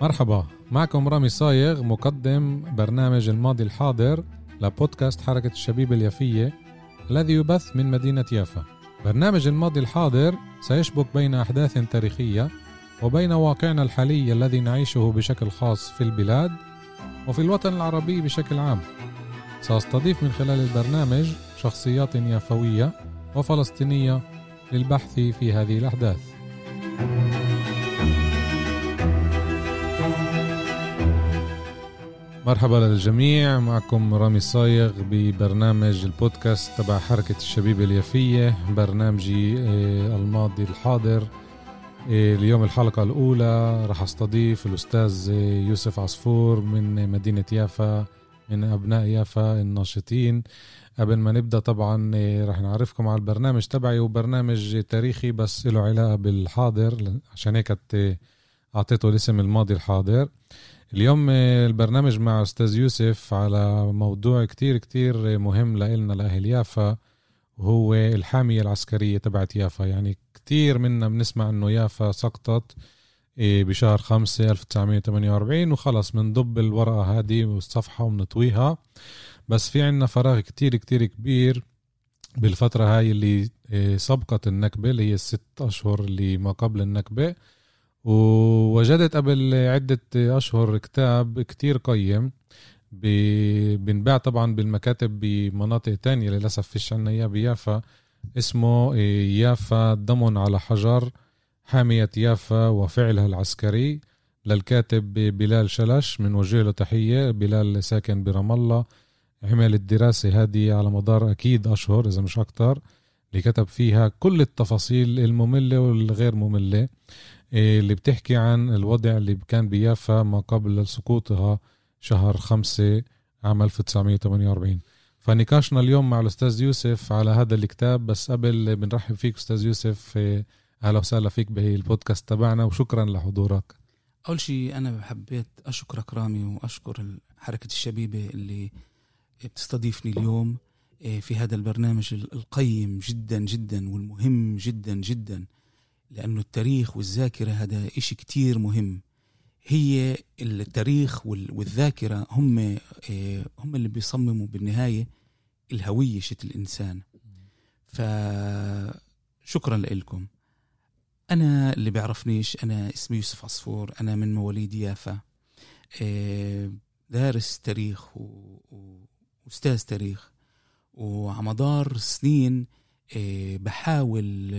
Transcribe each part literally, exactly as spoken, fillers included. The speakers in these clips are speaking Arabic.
مرحبا، معكم رامي صايغ مقدم برنامج الماضي الحاضر لبودكاست حركة الشبيبة اليافية الذي يبث من مدينة يافا. برنامج الماضي الحاضر سيشبك بين أحداث تاريخية وبين واقعنا الحالي الذي نعيشه بشكل خاص في البلاد وفي الوطن العربي بشكل عام. سأستضيف من خلال البرنامج شخصيات يافوية وفلسطينية للبحث في هذه الأحداث. مرحبا للجميع، معكم رامي صايغ ببرنامج البودكاست تبع حركة الشبيبة اليافية، برنامجي الماضي الحاضر. اليوم الحلقة الأولى رح أستضيف الأستاذ يوسف عصفور من مدينة يافا، من أبناء يافا الناشطين. قبل ما نبدأ طبعا رح نعرفكم على البرنامج تبعي، وبرنامج تاريخي بس له علاقة بالحاضر، عشان هيك أعطيته الاسم الماضي الحاضر. اليوم البرنامج مع أستاذ يوسف على موضوع كتير كتير مهم لإلنا لأهل يافا، وهو الحامية العسكرية تبعت يافا. يعني كتير منا بنسمع أنه يافا سقطت بشهر خمسة ألف وتسعمية وثمانية وأربعين وخلص منضب الورقة هذه والصفحة ومنطويها، بس في عنا فراغ كتير كتير كبير بالفترة هاي اللي سبقت النكبة، اللي هي الست أشهر اللي ما قبل النكبة. ووجدت قبل عدة أشهر كتاب كتير قيم بنباع طبعا بالمكاتب بمناطق تانية، للأسف فيش عنا إياه بيافا، اسمه يافا دم على حجر، حامية يافا وفعلها العسكري، للكاتب بلال شلش. من وجه له تحية. بلال ساكن برام الله، عمل الدراسة هذه على مدار أكيد أشهر إذا مش أكتر، اللي كتب فيها كل التفاصيل المملة والغير مملة اللي بتحكي عن الوضع اللي كان بيافا ما قبل سقوطها شهر خمسة عام ألف وتسعمية وثمانية وأربعين. فنقاشنا اليوم مع الأستاذ يوسف على هذا الكتاب. بس قبل بنرحب فيك أستاذ يوسف، أهلا وسهلا فيك بالبودكاست تبعنا وشكرا لحضورك. أول شيء أنا حبيت أشكرك رامي، وأشكر حركة الشبيبة اللي بتستضيفني اليوم في هذا البرنامج القيم جدا جدا والمهم جدا جدا، لأنه التاريخ والذاكرة هذا إشي كتير مهم. هي التاريخ والذاكرة هم هم اللي بيصمموا بالنهاية الهوية شت الإنسان. فشكرا لكم. أنا اللي بيعرفنيش، أنا اسمي يوسف عصفور، أنا من مواليد يافا، دارس تاريخ وأستاذ تاريخ، وعمدار سنين بحاول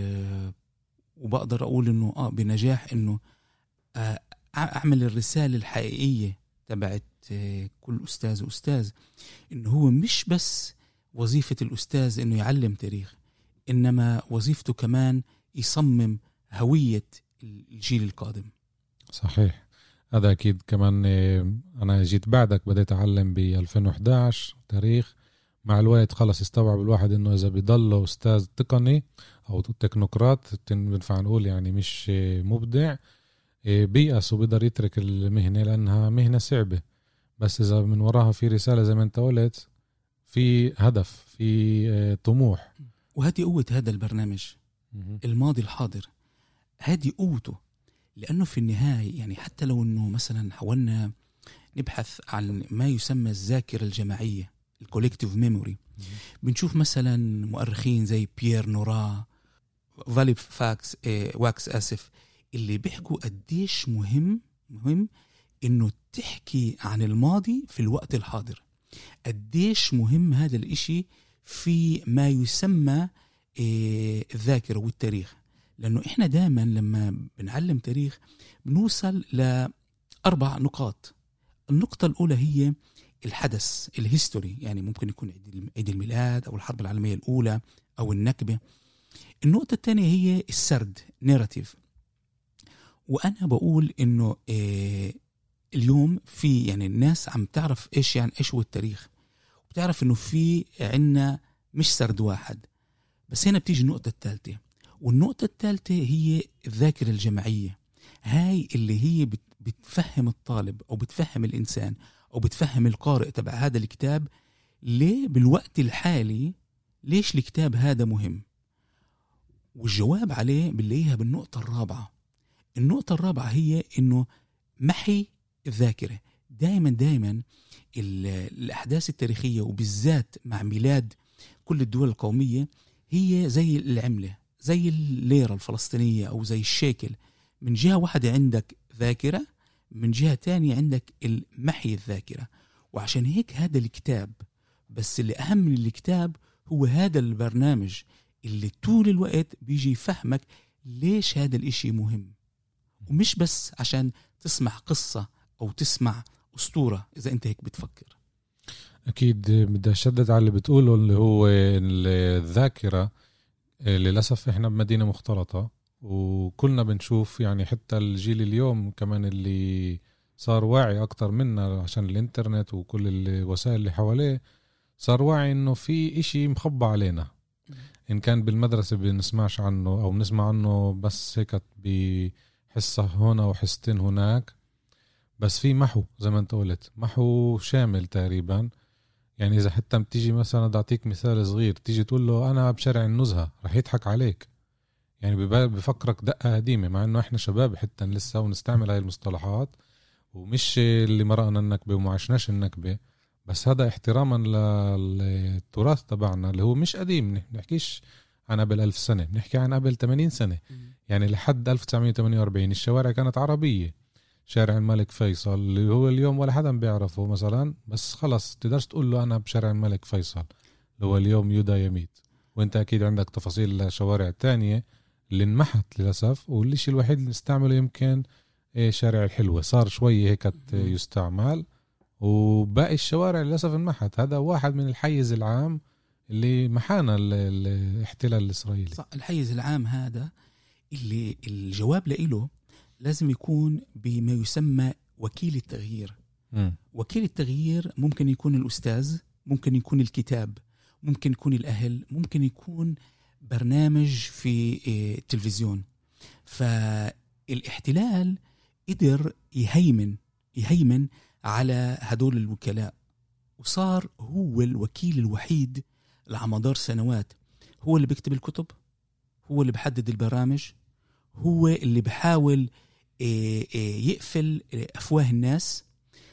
وبقدر أقول إنه آه بنجاح إنه آه أعمل الرسالة الحقيقية تبعت آه كل أستاذ وأستاذ، إنه هو مش بس وظيفة الأستاذ إنه يعلم تاريخ، إنما وظيفته كمان يصمم هوية الجيل القادم. صحيح، هذا أكيد. كمان أنا جيت بعدك، بديت أعلم ب ألفين وإحدى عشر تاريخ. مع الوقت خلص استوعب الواحد إنه إذا بيضل أستاذ تقني أو تكنوقراط بنفع نقول يعني مش مبدع، بيأس وبيقدر يترك المهنة لأنها مهنة صعبة. بس إذا من وراها في رسالة زي ما أنت قلت، في هدف، في طموح. وهذه قوة هذا البرنامج الماضي الحاضر، هذه قوته. لأنه في النهاية يعني حتى لو أنه مثلا حاولنا نبحث عن ما يسمى الذاكرة الجماعية، الكوليكتيف ميموري، بنشوف مثلا مؤرخين زي بيير نورا، فاليب فاكس إيه واكس آسف، اللي بيحكوا قديش مهم مهم إنه تحكي عن الماضي في الوقت الحاضر. قديش مهم هذا الإشي في ما يسمى إيه الذاكرة والتاريخ. لأنه إحنا دائما لما بنعلم تاريخ بنوصل لأربع نقاط. النقطة الأولى هي الحدث، الهيستوري، يعني ممكن يكون عيد الميلاد أو الحرب العالمية الأولى أو النكبة. النقطة الثانية هي السرد، نيراتيف. وأنا بقول إنه إيه اليوم في يعني الناس عم تعرف إيش يعني إيش هو التاريخ، وبتعرف إنه في عنا مش سرد واحد. بس هنا بتيجي النقطة الثالثة، والنقطة الثالثة هي الذاكرة الجماعية. هاي اللي هي بتفهم الطالب أو بتفهم الإنسان أو بتفهم القارئ تبع هذا الكتاب ليه بالوقت الحالي ليش الكتاب هذا مهم. والجواب عليه بنلاقيها بالنقطة الرابعة. النقطة الرابعة هي إنه محي الذاكرة. دائما دائما الأحداث التاريخية وبالذات مع ميلاد كل الدول القومية هي زي العملة، زي الليرة الفلسطينية أو زي الشيكل. من جهة واحدة عندك ذاكرة، من جهة تانية عندك المحي الذاكرة. وعشان هيك هذا الكتاب، بس اللي أهم من الكتاب هو هذا البرنامج اللي طول الوقت بيجي يفهمك ليش هذا الاشي مهم، ومش بس عشان تسمع قصة أو تسمع أسطورة إذا أنت هيك بتفكر. أكيد بدي أشدد على اللي بتقوله، اللي هو الذاكرة. للأسف إحنا بمدينة مختلطة وكلنا بنشوف، يعني حتى الجيل اليوم كمان اللي صار واعي أكتر منا عشان الإنترنت وكل الوسائل اللي حواليه، صار واعي إنه في إشي مخبى علينا. إن كان بالمدرسة بنسمعش عنه أو بنسمع عنه بس هيك بحصة هنا وحصتين هناك، بس في محو زي ما أنت قلت، محو شامل تقريبا. يعني إذا حتى بتيجي مثلا، بدي أعطيك مثال صغير، تيجي تقول له أنا بشارع النزهة رح يضحك عليك، يعني بفكرك دقة قديمة، مع إنه إحنا شباب حتى لسه ونستعمل هاي المصطلحات، ومش اللي مرقنا النكبة وما عشناش النكبة، بس هذا احتراما للتراث تبعنا اللي هو مش قديم. نحكيش عن قبل ألف سنة، نحكي عن قبل ثمانين سنة. يعني لحد ألف وتسعمية وثمانية وأربعين الشوارع كانت عربية. شارع الملك فيصل اللي هو اليوم ولا حدا بيعرفه مثلا، بس خلص تقدرش تقول له أنا بشارع الملك فيصل اللي هو اليوم يودا يميت. وانت أكيد عندك تفاصيل شوارع تانية اللي انمحت للأسف، والشيء الوحيد اللي نستعمله يمكن شارع الحلوة صار شوية هيك يستعمل، وباقي الشوارع للأسف انمحت. هذا واحد من الحيز العام اللي محانا الاحتلال الإسرائيلي. صح، الحيز العام هذا اللي الجواب لإله لازم يكون بما يسمى وكيل التغيير. م. وكيل التغيير ممكن يكون الأستاذ، ممكن يكون الكتاب، ممكن يكون الأهل، ممكن يكون برنامج في التلفزيون. فالاحتلال قدر يهيمن يهيمن على هدول الوكلاء، وصار هو الوكيل الوحيد على مدار سنوات. هو اللي بيكتب الكتب، هو اللي بحدد البرامج، هو اللي بحاول يقفل أفواه الناس.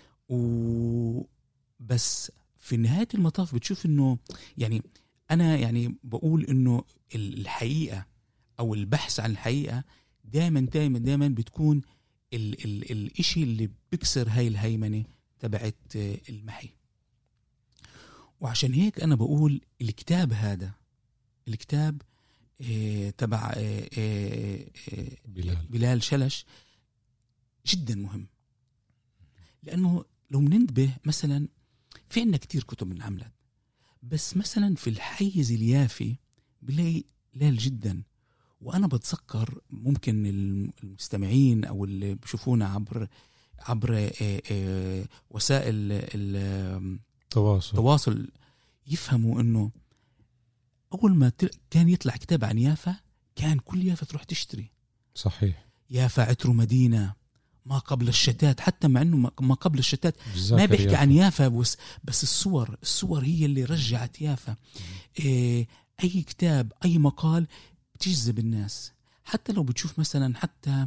وبس في نهاية المطاف بتشوف إنه، يعني أنا يعني بقول إنه الحقيقة أو البحث عن الحقيقة دائما دائما دائما بتكون ال ال الإشي اللي بيكسر هاي الهيمنة تبعت المحي. وعشان هيك أنا بقول الكتاب هذا، الكتاب إيه تبع إيه إيه بلال. بلال شلش جدا مهم، لأنه لو ننتبه مثلا في عنا كتير كتب انعملت، بس مثلا في الحيز اليافي بلاقي قليل جدا. وأنا بتذكر ممكن المستمعين أو اللي بشوفونا عبر عبر إيه إيه وسائل التواصل التواصل يفهموا إنه أول ما كان يطلع كتاب عن يافا كان كل يافا تروح تشتري. صحيح. يافا عطر مدينة، ما قبل الشتات، حتى مع أنه ما قبل الشتات ما بيحكي يافا. عن يافا بس, بس الصور الصور هي اللي رجعت يافا. إيه أي كتاب أي مقال بتجذب الناس، حتى لو بتشوف مثلا حتى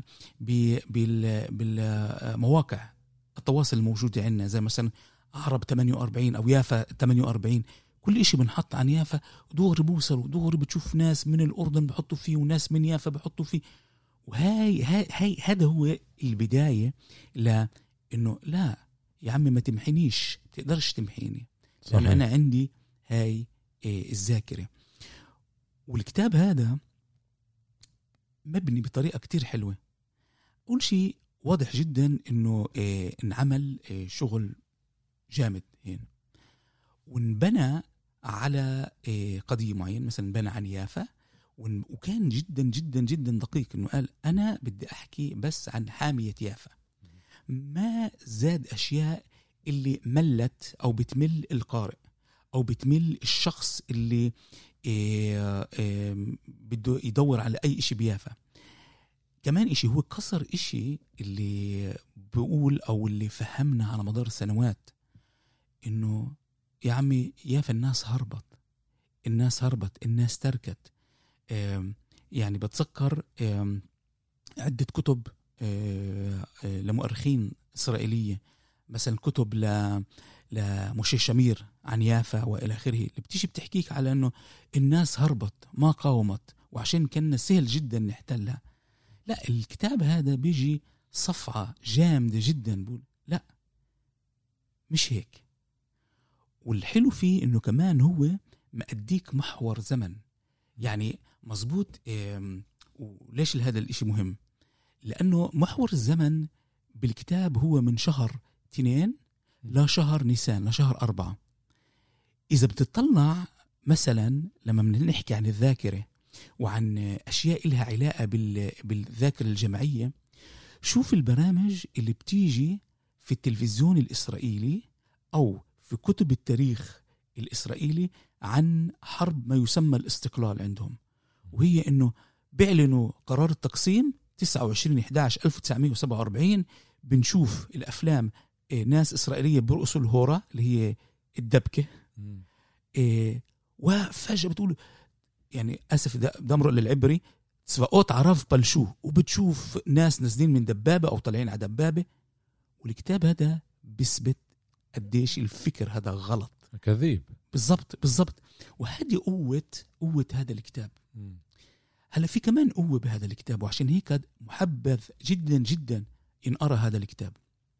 بالمواقع التواصل الموجودة عندنا زي مثلا عرب ثمانية وأربعين أو يافا ثمانية وأربعين، كل إشي بنحط عن يافا دغري بوصل، ودغري بتشوف ناس من الأردن بحطوا فيه وناس من يافا بحطوا فيه. وهاي هاي هاي هذا هو البداية لأنه لا يا عمي ما تمحينيش، تقدرش تمحيني، لأن أنا عندي هاي إيه الذاكرة. والكتاب هذا مبني بطريقة كتير حلوة. أول شيء واضح جدا إنه إيه انعمل إيه شغل جامد هنا، ونبنى على إيه قضية معينة، مثلا بنى عن يافا، وكان جدا جدا جدا دقيق إنه قال أنا بدي أحكي بس عن حامية يافا، ما زاد أشياء اللي ملت أو بتمل القارئ أو بتمل الشخص اللي إيه إيه بده يدور على أي إشي بيافا. كمان إشي هو كسر إشي اللي بقول أو اللي فهمنا على مدار السنوات إنه يا عمي يافا الناس هربت، الناس هربت الناس تركت. يعني بتذكر عدة كتب لمؤرخين إسرائيلية، مثلا كتب ل لموشي شمير عن يافا وإلى آخره، اللي بتيجي بتحكيك على أنه الناس هربت ما قاومت وعشان كان سهل جدا نحتلها. لا، الكتاب هذا بيجي صفعة جامدة جدا، بقول لا مش هيك. والحلو فيه أنه كمان هو مأديك محور زمن، يعني مزبوط. وليش هذا الاشي مهم؟ لأنه محور الزمن بالكتاب هو من شهر اثنين لا شهر نيسان لا شهر أربعة. إذا بتطلع مثلا لما بنحكي عن الذاكرة وعن أشياء إلها علاقة بالذاكرة الجمعية، شوف البرامج اللي بتيجي في التلفزيون الإسرائيلي أو في كتب التاريخ الإسرائيلي عن حرب ما يسمى الاستقلال عندهم، وهي إنه بيعلنوا قرار التقسيم تسعة وعشرين إحدى عشر ألف وتسعمائة وسبعة وأربعين. بنشوف الأفلام ناس إسرائيلية برقصوا الهورة اللي هي الدبكة، إيه وفجأة بتقول يعني أسف دمر للعبري سفاقوت عرف بلشو، وبتشوف ناس نازلين من دبابة أو طالعين على دبابة. والكتاب هذا بيثبت قديش الفكر هذا غلط، كذيب. بالضبط بالضبط. وهذه قوة قوة هذا الكتاب. هلا في كمان قوة بهذا الكتاب، وعشان هيك محبذ جدا جدا إن أرى هذا الكتاب.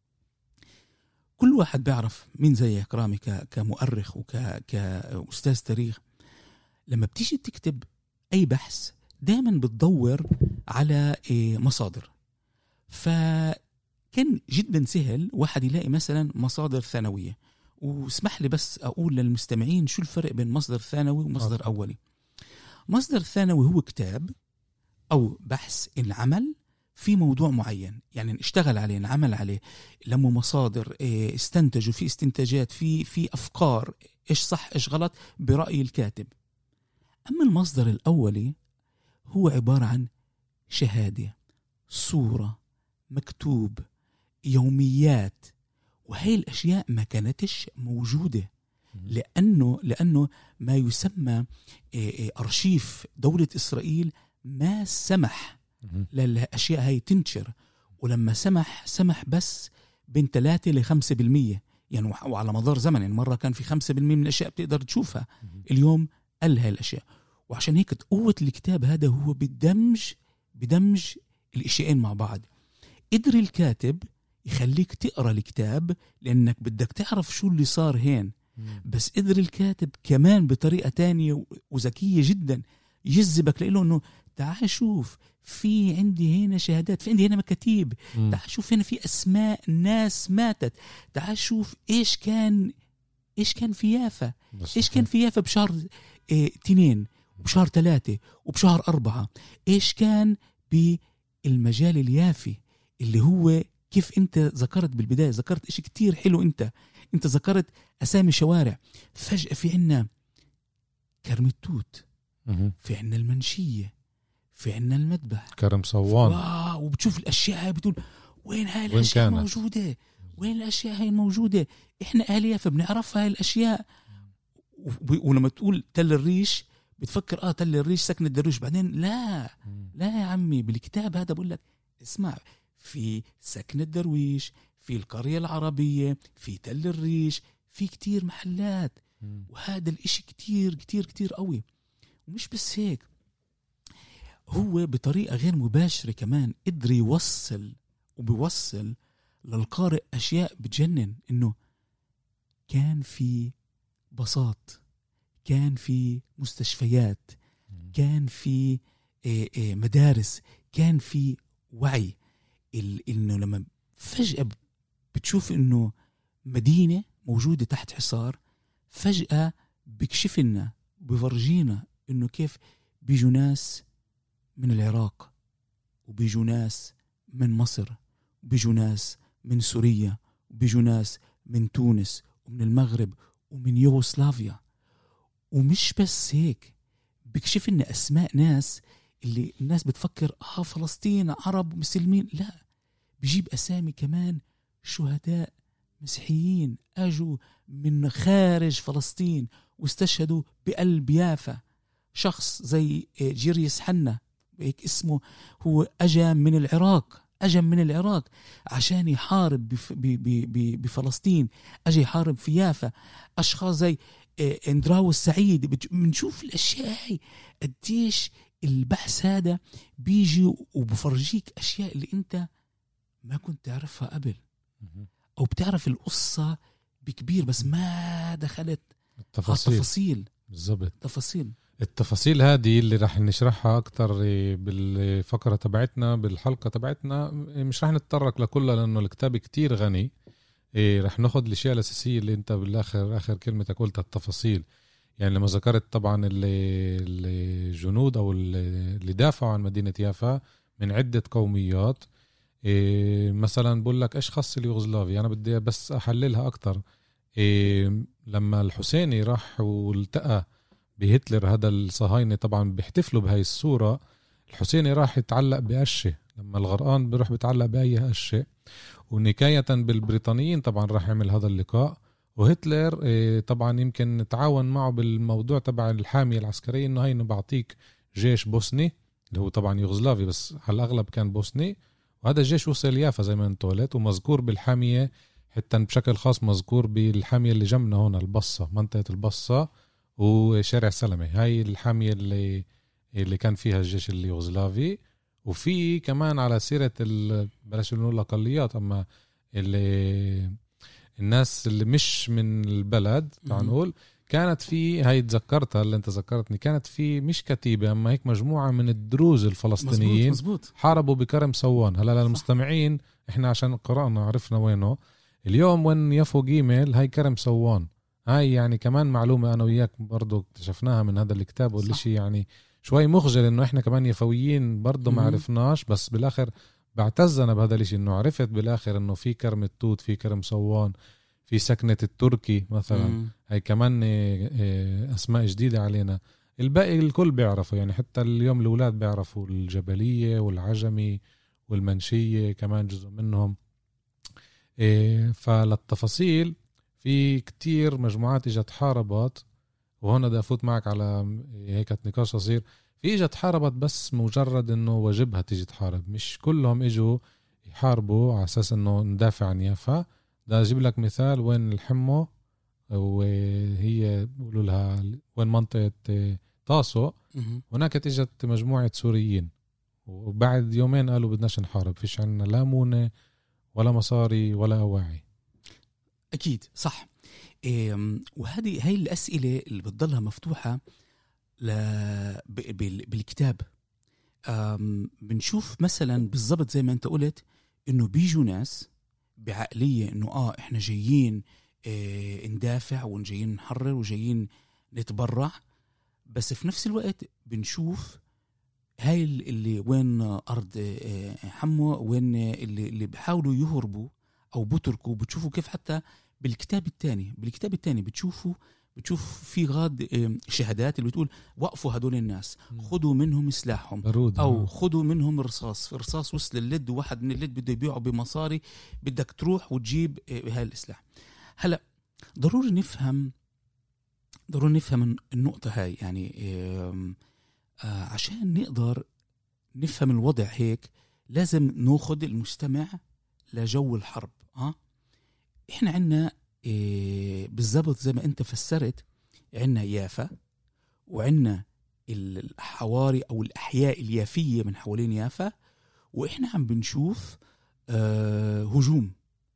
كل واحد بيعرف مين زي كرامي كمؤرخ وكأستاذ تاريخ، لما بتيجي تكتب أي بحث دائما بتدور على مصادر. فكان جدا سهل واحد يلاقي مثلا مصادر ثانوية. واسمح لي بس أقول للمستمعين شو الفرق بين مصدر ثانوي ومصدر أولي. مصدر ثانوي هو كتاب أو بحث انعمل في موضوع معين، يعني اشتغل عليه نعمل عليه لما مصادر استنتجوا في استنتاجات في في أفكار إيش صح إيش غلط برأي الكاتب. أما المصدر الأولي هو عبارة عن شهادة، صورة، مكتوب، يوميات، وهي الأشياء ما كانتش موجودة لأنه لأنه ما يسمى أرشيف دولة إسرائيل ما سمح للأشياء هاي تنشر. ولما سمح سمح بس بين ثلاثة لخمسة بالمية، يعني وعلى مدار زمن. يعني مرة كان في خمسة بالمية من الأشياء بتقدر تشوفها، اليوم قل هاي الأشياء. وعشان هيك قوة الكتاب هذا هو بدمج بدمج الأشياءين مع بعض. قدر الكاتب يخليك تقرأ الكتاب لأنك بدك تعرف شو اللي صار هين، بس قدر الكاتب كمان بطريقة تانية وذكية جدا يجذبك لإله إنه تعال شوف في عندي هنا شهادات، في عندي هنا مكاتيب، تعال شوف هنا في أسماء ناس ماتت، تعال شوف إيش كان إيش كان في يافا، إيش كان في يافا بشهر إيه تنين وبشهر ثلاثة وبشهر أربعة، إيش كان بالمجال اليافي اللي هو كيف أنت ذكرت بالبداية، ذكرت إشي كتير حلو. أنت أنت ذكرت أسامي شوارع، فجأة في عنا كرم التوت، في عنا المنشية، في عنا المذبح كرم صوان. واو. وبتشوف الأشياء هاي بتقول وين هاي الأشياء وين موجودة، وين الأشياء هاي موجودة، إحنا أهلية فبنعرفها هاي الأشياء. ولما تقول تل الريش بتفكر آه تل الريش سكن الدروش، بعدين لا لا يا عمي، بالكتاب هذا بقول لك اسمع، في سكن الدرويش، في القرية العربية، في تل الريش، في كتير محلات. وهذا الاشي كتير كتير كتير قوي. ومش بس هيك، هو بطريقة غير مباشرة كمان قدر يوصل وبيوصل للقارئ أشياء بتجنن. إنه كان في بساط، كان في مستشفيات، كان في مدارس، كان في وعي. إنه لما فجأة بتشوف إنه مدينة موجودة تحت حصار، فجأة بكشف لنا بفرجينا إنه كيف بيجوا ناس من العراق، وبيجوا ناس من مصر، وبيجوا ناس من سوريا، وبيجوا ناس من تونس ومن المغرب ومن يوغوسلافيا. ومش بس هيك، بكشف لنا أسماء ناس اللي الناس بتفكر آه فلسطين عرب مسلمين، لا، بيجيب أسامي كمان شهداء مسيحيين أجوا من خارج فلسطين واستشهدوا بقلب يافا. شخص زي جيريس حنا هيك اسمه، هو أجا من العراق، أجا من العراق عشان يحارب بف... ب... ب... ب... بفلسطين، أجا يحارب في يافا. أشخاص زي اندراو السعيد. بنشوف الأشياء هاي قديش البحث هذا بيجي وبفرجيك أشياء اللي أنت ما كنت تعرفها قبل، أو بتعرف القصة بكبير بس ما دخلت التفاصيل. التفاصيل بالضبط، تفاصيل التفاصيل هذه اللي راح نشرحها أكتر بالفقرة تبعتنا بالحلقة تبعتنا. مش راح نتطرق لكلها لأنه الكتاب كتير غني. راح ناخد الأشياء الأساسية اللي أنت بالآخر آخر كلمتك قلتها، التفاصيل. يعني لما ذكرت طبعا الجنود أو اللي دافعوا عن مدينة يافا من عدة قوميات، مثلا بقول لك إيش خص اليوغوسلافي، أنا بدي بس أحللها أكتر. لما الحسيني راح والتقى بهتلر، هذا الصهاينة طبعا بيحتفلوا بهاي الصورة. الحسيني راح يتعلق بقشة، لما الغرقان بيروح بيتعلق بأي قشة. ونكاية بالبريطانيين طبعا راح يعمل هذا اللقاء. وهتلر طبعا يمكن تعاون معه بالموضوع تبع الحامية العسكرية، انه هاي انه بعطيك جيش بوسني اللي هو طبعا يوغوسلافي بس على الأغلب كان بوسني، وهذا الجيش وصل يافا زي ما انت قلت، ومذكور بالحامية حتى بشكل خاص مذكور بالحامية اللي جنبنا هنا، البصة، منطقة البصة وشارع سلمة. هاي الحامية اللي اللي كان فيها الجيش اليوغوسلافي. وفي كمان على سيرة بلاش نقول الأقليات، أما اللي الناس اللي مش من البلد تعال نقول، كانت في هاي تذكرتها اللي انت ذكرتني، كانت في مش كتيبة أما هيك مجموعة من الدروز الفلسطينيين مزبوط مزبوط. حاربوا بكرم سوان. هلا للمستمعين احنا عشان قرأنا عرفنا وينه اليوم، وين يفو جيميل هاي كرم سوان. هاي يعني كمان معلومة أنا وياك برضو اكتشفناها من هذا الكتاب، واللي شيء يعني شوي مخجل إنه إحنا كمان يفويين برضو ما عرفناش، بس بالآخر بعتزنا بهذا الشيء إنه عرفت بالآخر إنه في كرم التوت، في كرم سوان، في سكنة التركي مثلا. مم. هاي كمان أسماء جديدة علينا، الباقي الكل بيعرفوا. يعني حتى اليوم الأولاد بيعرفوا الجبلية والعجمي والمنشية كمان جزء منهم. فللتفاصيل في كتير مجموعات اجت حاربت، وهنا بدي افوت معك على هيك نقاش قصير. في اجت حاربت بس مجرد انه واجبها تيجي تحارب، مش كلهم اجوا يحاربوا على اساس انه ندافع عن يافا. بدي اجيب لك مثال وين الحمو، وهي بيقولوا لها وين منطقة طاسو، هناك اجت مجموعة سوريين، وبعد يومين قالوا بدناش نحارب، فيش عنا لا مونة ولا مصاري ولا أواعي. أكيد صح. وهذه هاي الأسئلة اللي بتضلها مفتوحة ل... بالكتاب. بنشوف مثلا بالضبط زي ما أنت قلت إنه بيجوا ناس بعقلية إنه آه إحنا جايين اه ندافع وجايين نحرر وجايين نتبرع، بس في نفس الوقت بنشوف هاي اللي وين أرض حمو، وين اللي, اللي بيحاولوا يهربوا أو بتركوا. بتشوفوا كيف حتى بالكتاب الثاني بالكتاب الثاني بتشوفوا بتشوف في غاد شهادات اللي بتقول وقفوا هدول الناس، خدوا منهم سلاحهم أو خدوا منهم رصاص رصاص وصل اللد، وواحد من اللد بده يبيعه بمصاري، بدك تروح وتجيب هاي السلاح. هلأ ضروري نفهم ضروري نفهم النقطة هاي، يعني آه عشان نقدر نفهم الوضع هيك لازم ناخد المستمع لجو الحرب. ها احنا عنا إيه بالضبط زي ما انت فسرت، عنا يافا وعنا الحواري او الاحياء اليافية من حوالين يافا، واحنا عم بنشوف آه هجوم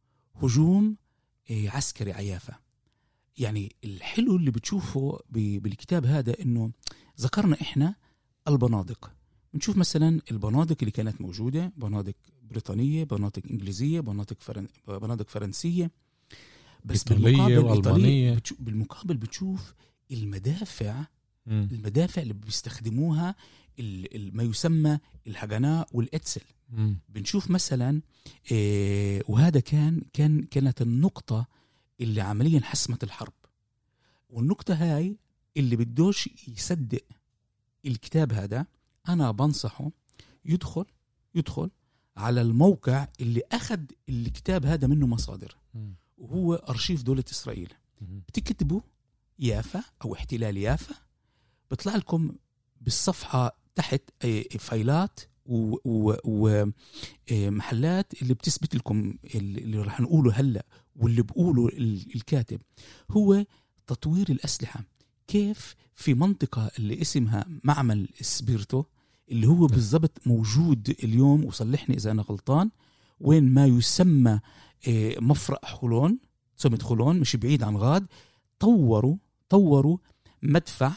هجوم إيه عسكري على يافا. يعني الحلو اللي بتشوفه بالكتاب هذا انه ذكرنا احنا البنادق. بنشوف مثلا البنادق اللي كانت موجودة، بنادق بريطانية، بنادق إنجليزية، بنادق فرن... بنادق فرنسية، بس بالمقابل وألمانية. بتشوف... بالمقابل بتشوف المدافع م. المدافع اللي بيستخدموها ال... ما يسمى الهجناء والإتسل. م. بنشوف مثلا إيه... وهذا كان كان كانت النقطة اللي عمليا حسمت الحرب. والنقطة هاي اللي بدوش يصدق الكتاب هذا، أنا بنصحه يدخل يدخل على الموقع اللي أخذ الكتاب هذا منه مصادر، وهو أرشيف دولة إسرائيل. بتكتبوا يافا أو احتلال يافا، بطلع لكم بالصفحة تحت فايلات ومحلات اللي بتثبت لكم اللي راح نقوله هلأ واللي بقوله الكاتب هو تطوير الأسلحة. كيف في منطقة اللي اسمها معمل سبيرتو اللي هو بالضبط موجود اليوم، وصلحني إذا أنا غلطان، وين ما يسمى مفرق خولون، سمت خولون مش بعيد عن غاد، طوروا طوروا مدفع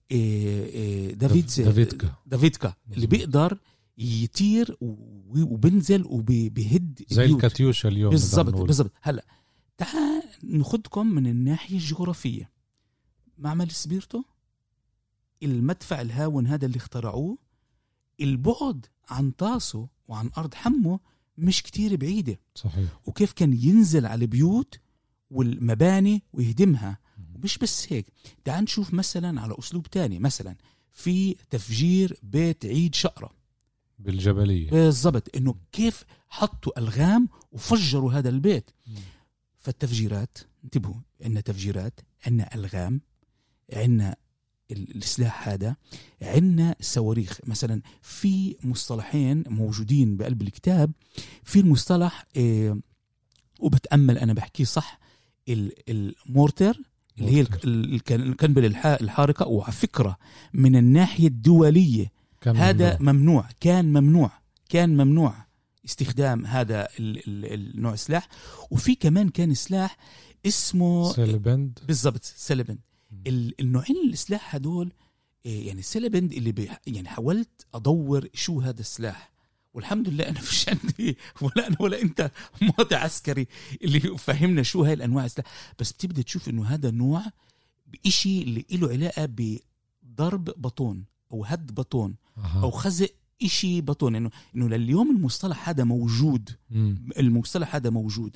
دافيد دافيدكا دافيدكا اللي بيقدر يطير وبنزل وبيهد زي الكاتيوشا اليوم. بالضبط بالضبط. هلا تعال ناخدكم من الناحية الجغرافية. معمل سبيرتو المدفع الهاون هذا اللي اخترعوه، البعد عن طاسه وعن أرض حمه مش كتير بعيدة. صحيح. وكيف كان ينزل على البيوت والمباني ويهدمها. ومش بس هيك، تعال نشوف مثلا على أسلوب تاني، مثلا في تفجير بيت عيد شقرة بالجبلية. بالضبط، إنه كيف حطوا ألغام وفجروا هذا البيت. م. فالتفجيرات، انتبهوا، عندنا تفجيرات، عندنا ألغام، عندنا السلاح هذا، عندنا صواريخ. مثلا في مصطلحين موجودين بقلب الكتاب، في المصطلح إيه وبتأمل أنا بحكيه صح، المورتر اللي هي القنبلة الحارقة. وعلى فكرة من الناحية الدولية هذا ممنوع. ممنوع كان ممنوع كان ممنوع استخدام هذا النوع سلاح. وفي كمان كان سلاح اسمه سيلبند. بالضبط سيلبند. النوعين السلاح هدول يعني سيلبند اللي بي يعني حاولت أدور شو هذا السلاح، والحمد لله أنا فيش عندي ولا أنا ولا أنت مواطن عسكري اللي فهمنا شو هاي الأنواع السلاح. بس بتبدأ تشوف إنه هذا نوع بإشي اللي له علاقة بضرب بطون أو هد بطون أه. أو خزق إشي بطون. إنه إنه لليوم المصطلح هذا موجود. م. المصطلح هذا موجود،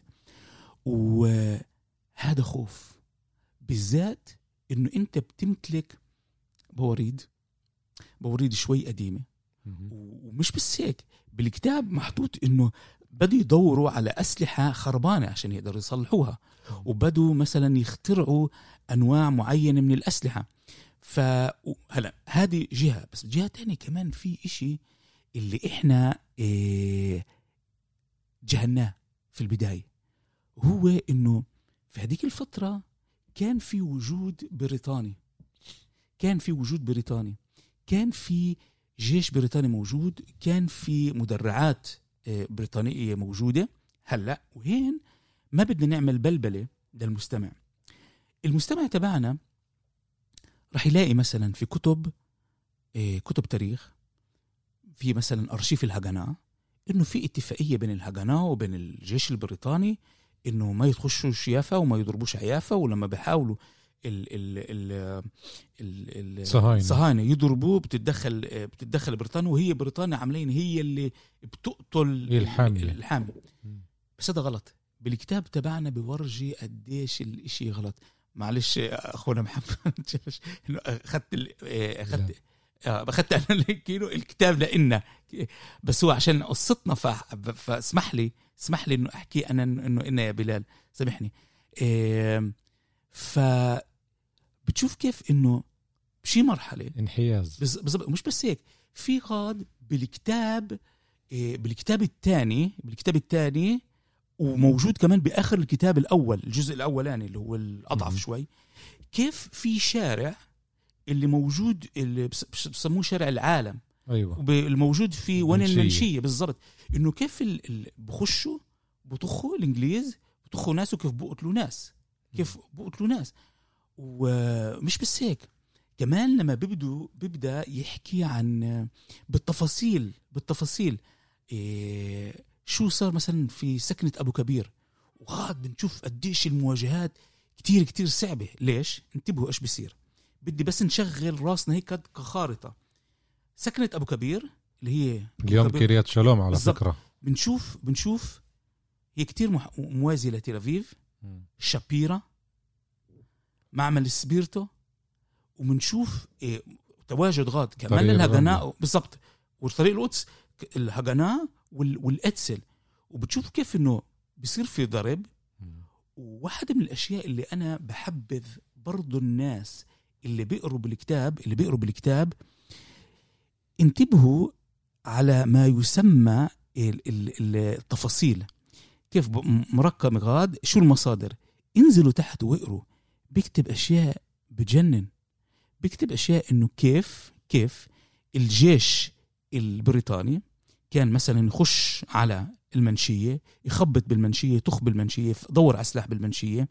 وهذا خوف بالذات إنه أنت بتمتلك بوريد بوريد شوي قديمة. ومش بس هيك، بالكتاب محطوط إنه بدوا يدوروا على أسلحة خربانة عشان يقدروا يصلحوها، وبدوا مثلا يخترعوا أنواع معينة من الأسلحة. فهلا هذه جهة، بس جهة تانية كمان في إشي اللي إحنا إيه جهلناه في البداية، هو إنه في هذيك الفترة كان في وجود بريطاني كان في وجود بريطاني كان في جيش بريطاني موجود، كان في مدرعات بريطانية موجودة. هلأ وهين ما بدنا نعمل بلبلة للمستمع. المستمع تبعنا رح يلاقي مثلا في كتب كتب تاريخ، في مثلا أرشيف الهجناء، إنه في اتفاقية بين الهجناء وبين الجيش البريطاني إنه ما يتخشوا شيافة وما يضربوش عيافة، ولما بيحاولوا ال ال ال الصهاينة يضربوه بتتدخل بتتدخل بريطانيا، وهي بريطانيا عاملين هي اللي بتقتل الحامي الحامي. بس هذا غلط. بالكتاب تبعنا بورجي قديش الاشي غلط. معلش اخونا محمد انه اخذت اخذت اخذت انا كيلو الكتاب لإلنا، بس هو عشان قصتنا فاسمح لي اسمح لي انه احكي انا انه إنا يا بلال سامحني. ف بتشوف كيف انه بشي مرحله انحياز بالضبط. مش بس هيك، في غاد بالكتاب بالكتاب الثاني بالكتاب الثاني وموجود كمان باخر الكتاب الاول، الجزء الاولاني اللي هو الاضعف م- شوي، كيف في شارع اللي موجود اللي بسموه شارع العالم. ايوه الموجود في وين المنشيه بالضبط، انه كيف ال... بخشوا بطخوا الانجليز بطخوا ناس، وكيف بقتلوا ناس كيف بقتلوا ناس. ومش بس هيك، كمان لما بيبدو بيبدأ يحكي عن بالتفاصيل بالتفاصيل إيه شو صار مثلا في سكنة أبو كبير، وغاد بنشوف قديش المواجهات كتير كتير صعبة. ليش؟ انتبهوا إيش بيصير، بدي بس نشغل راسنا هيك كخارطة. سكنة أبو كبير اللي هي اليوم كريات شلوم على بالزبط. فكرة بنشوف بنشوف هي كتير مح... موازية لتل أبيب، شابيرا، معمل سبيرتو، وبنشوف إيه تواجد غاد كمان للهجناء بالضبط، والطريق القدس الهجناء وال... والأتسل. وبتشوف كيف إنه بيصير في ضرب. وواحدة من الأشياء اللي أنا بحبذ برضو الناس اللي بيقروا بالكتاب اللي بيقروا بالكتاب انتبهوا على ما يسمى التفاصيل، كيف مركب مغاد، شو المصادر. انزلوا تحت واقروا، بيكتب أشياء بجنن. بيكتب أشياء إنه كيف كيف الجيش البريطاني كان مثلا يخش على المنشية، يخبط بالمنشية، تخ بالمنشية، دور على سلاح بالمنشية،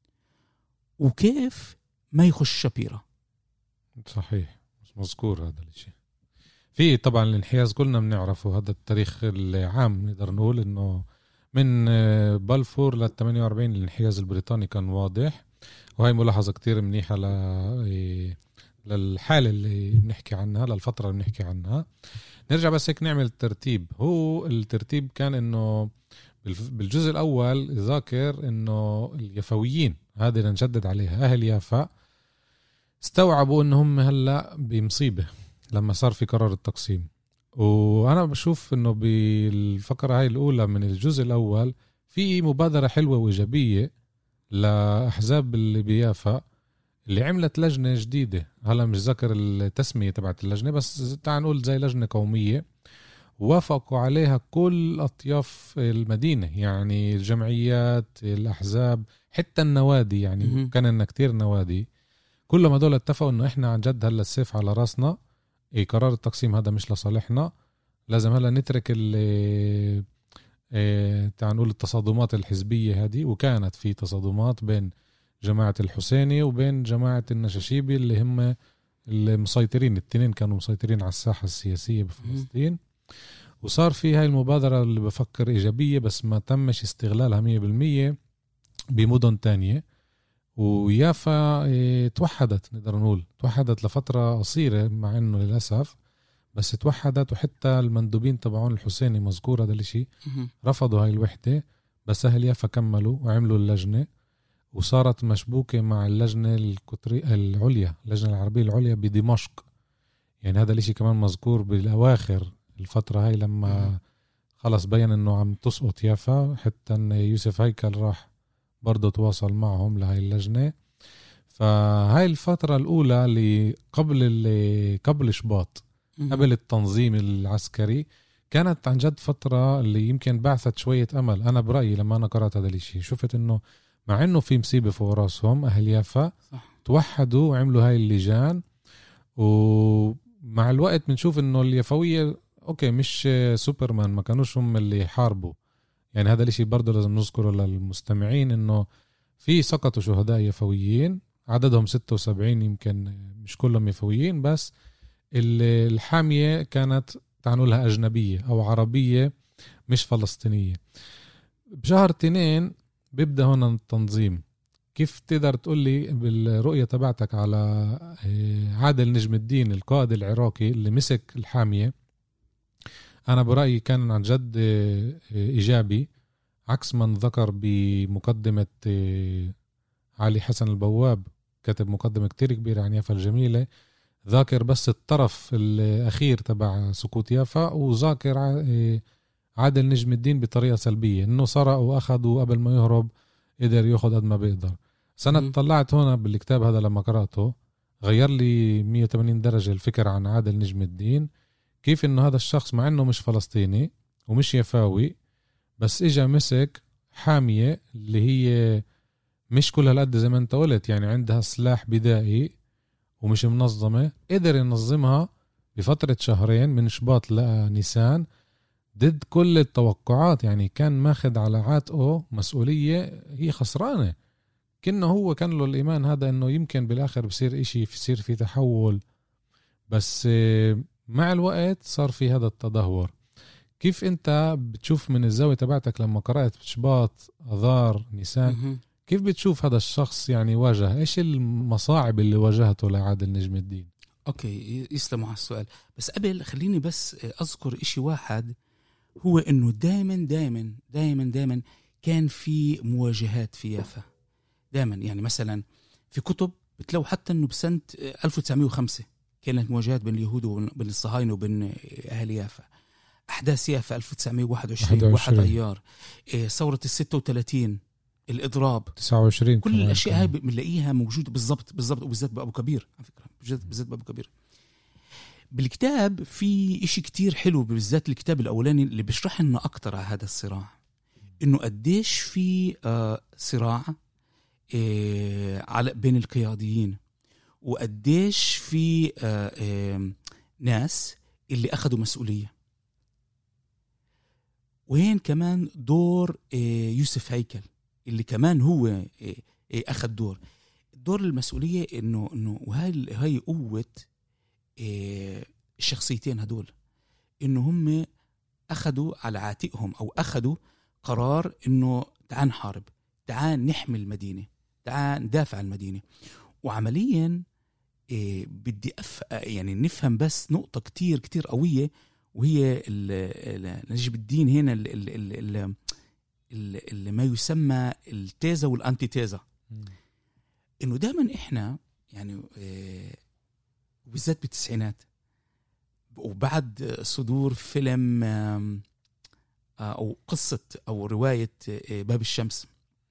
وكيف ما يخش شبيرة. صحيح، مذكور هذا الشيء. في طبعا الانحياز كلنا بنعرفه، هذا التاريخ العام نقدر نقول انه من بلفور لل ثمانية وأربعين الانحياز البريطاني كان واضح، وهي ملاحظة كتير منيحة ل للحالة اللي بنحكي عنها، للفترة اللي بنحكي عنها. نرجع بس هيك نعمل الترتيب. هو الترتيب كان انه بالجزء الاول ذاكر انه اليافويين، هذه نجدد عليها، اهل يافا استوعبوا انهم هلا بمصيبة لما صار في قرار التقسيم. وانا بشوف انه بالفقرة هاي الاولى من الجزء الاول في مبادرة حلوة وايجابية لاحزاب اللي بيافا، اللي عملت لجنة جديدة. هلا مش ذكر التسمية تبعت اللجنة، بس تعال نقول زي لجنة قومية وافقوا عليها كل أطياف المدينة، يعني الجمعيات، الأحزاب، حتى النوادي. يعني م- كان لنا كتير نوادي، كلهم هدول اتفقوا انه احنا عن جد هلا السيف على راسنا، إيه قرار التقسيم هذا مش لصالحنا، لازم هلا نترك ال إيه تعال نقول التصادمات الحزبية هذه. وكانت في تصادمات بين جماعة الحسيني وبين جماعة النشاشيبي اللي هم المسيطرين، التنين كانوا مسيطرين على الساحة السياسية بفلسطين. وصار في هاي المبادرة اللي بفكر إيجابية، بس ما تمش استغلالها مية بالمية بمدن تانية. ويافا اه توحدت، نقدر نقول توحدت لفترة قصيرة، مع انه للأسف بس توحدت. وحتى المندوبين تبعون الحسيني مذكور هذا الاشي رفضوا هاي الوحدة، بس أهل يافا كملوا وعملوا اللجنة، وصارت مشبوكة مع اللجنة الكتري العليا، اللجنة العربية العليا بدمشق. يعني هذا الاشي كمان مذكور بالأواخر الفترة هاي، لما خلص بيّن انه عم تسقط يافا، حتى ان يوسف هيكل راح برضو تواصل معهم لهاي اللجنة. فهاي الفترة الأولى اللي قبل اللي قبل شباط، قبل التنظيم العسكري، كانت عن جد فترة اللي يمكن بعثت شوية أمل. أنا برأيي لما أنا قرأت هذا الاشي شفت انه مع انه في مصيبة فوق راسهم، اهل يافا صح. توحدوا وعملوا هاي اللجان. ومع الوقت بنشوف انه اليافوية اوكي مش سوبرمان، ما كانوش هم اللي يحاربوا. يعني هذا الاشي برضه لازم نذكره للمستمعين، انه في سقطوا شهداء يافويين عددهم ستة وسبعين، يمكن مش كلهم يافويين، بس الحامية كانت تعنولها أجنبية أو عربية مش فلسطينية. بشهر تنين بيبدأ هنا التنظيم. كيف تقدر تقولي بالرؤية تبعتك على عادل نجم الدين القائد العراقي اللي مسك الحامية؟ أنا برأيي كان عن جد إيجابي، عكس من ذكر بمقدمة علي حسن البواب، كتب مقدمة كتير كبيرة عن يافا الجميلة، ذاكر بس الطرف الأخير تبع سقوط يافا، وذاكر عادل نجم الدين بطريقة سلبية، إنه سرق وأخذوا قبل ما يهرب قدر يأخذ قد ما بيقدر. سنة طلعت هنا بالكتاب هذا لما قرأته غير لي مية وثمانين درجة الفكر عن عادل نجم الدين، كيف إنه هذا الشخص مع إنه مش فلسطيني ومش يفاوي، بس إجا مسك حامية اللي هي مش كل هالقد زي ما أنت قلت، يعني عندها سلاح بدائي ومش منظمة، قدر ينظمها بفترة شهرين من شباط لنيسان ضد كل التوقعات. يعني كان ماخد على عاتقه مسؤولية هي خسرانة، كأنه هو كان له الإيمان هذا إنه يمكن بالآخر بصير إشي، يصير في تحول، بس مع الوقت صار في هذا التدهور. كيف أنت بتشوف من الزاوية تبعتك لما قرأت شباط أذار نيسان، كيف بتشوف هذا الشخص يعني واجه إيش المصاعب اللي واجهته لعادل نجم الدين؟ أوكي، يسلموا على السؤال، بس قبل خليني بس أذكر إشي واحد، هو إنه دائما دائما دائما دائما كان في مواجهات في يافا دائما. يعني مثلا في كتب بتلاقوا حتى إنه بسنة ألف وتسعمية وخمسة كانت مواجهات بين اليهود وبين الصهاينة وبين أهل يافا. أحداث يافا ألف وتسعمية وواحد وعشرين، واحد أيار، الثورة الستة وثلاثين، الإضراب تسعة وعشرين، كل الأشياء هاي بنلاقيها موجودة بالضبط بالضبط، وبالذات بأبو كبير على فكرة، بالذات بأبو كبير. بالكتاب في إشي كتير حلو، بالذات الكتاب الأولاني اللي بيشرح لنا أكتر على هذا الصراع، إنه قديش في آه صراع آه على بين القياديين، وقديش في آه آه ناس اللي أخذوا مسؤولية. وين كمان دور آه يوسف هيكل اللي كمان هو آه آه أخذ دور دور المسؤولية، إنه إنه وهاي هاي قوة آه الشخصيتين هدول، إنه هم أخذوا على عاتقهم أو أخذوا قرار إنه تعال نحارب، تعال نحمي المدينة، تعال ندافع عن المدينة. وعمليا إيه بدي أف يعني نفهم بس نقطة كتير كتير قوية، وهي نجيب الدين هنا اللي ما يسمى التيزة والأنتيتيزة. إنه دائما إحنا يعني إيه بالذات بالتسعينات وبعد صدور فيلم أو قصة أو رواية باب الشمس،